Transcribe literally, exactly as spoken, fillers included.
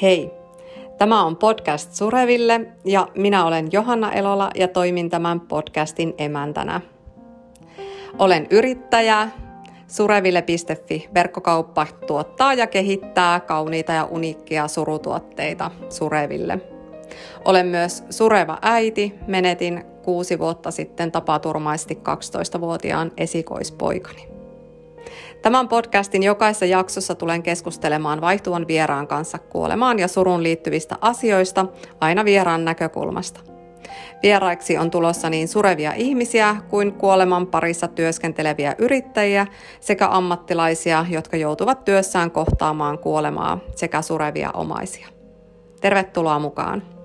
Hei! Tämä on podcast Sureville ja minä olen Johanna Elola ja toimin tämän podcastin emäntänä. Olen yrittäjä. Sureville piste fi verkkokauppa tuottaa ja kehittää kauniita ja uniikkia surutuotteita Sureville. Olen myös sureva äiti. Menetin kuusi vuotta sitten tapaturmaisesti kaksitoistavuotiaan esikoispoikani. Tämän podcastin jokaisessa jaksossa tulen keskustelemaan vaihtuvan vieraan kanssa kuolemaan ja suruun liittyvistä asioista aina vieraan näkökulmasta. Vieraiksi on tulossa niin surevia ihmisiä kuin kuoleman parissa työskenteleviä yrittäjiä sekä ammattilaisia, jotka joutuvat työssään kohtaamaan kuolemaa sekä surevia omaisia. Tervetuloa mukaan!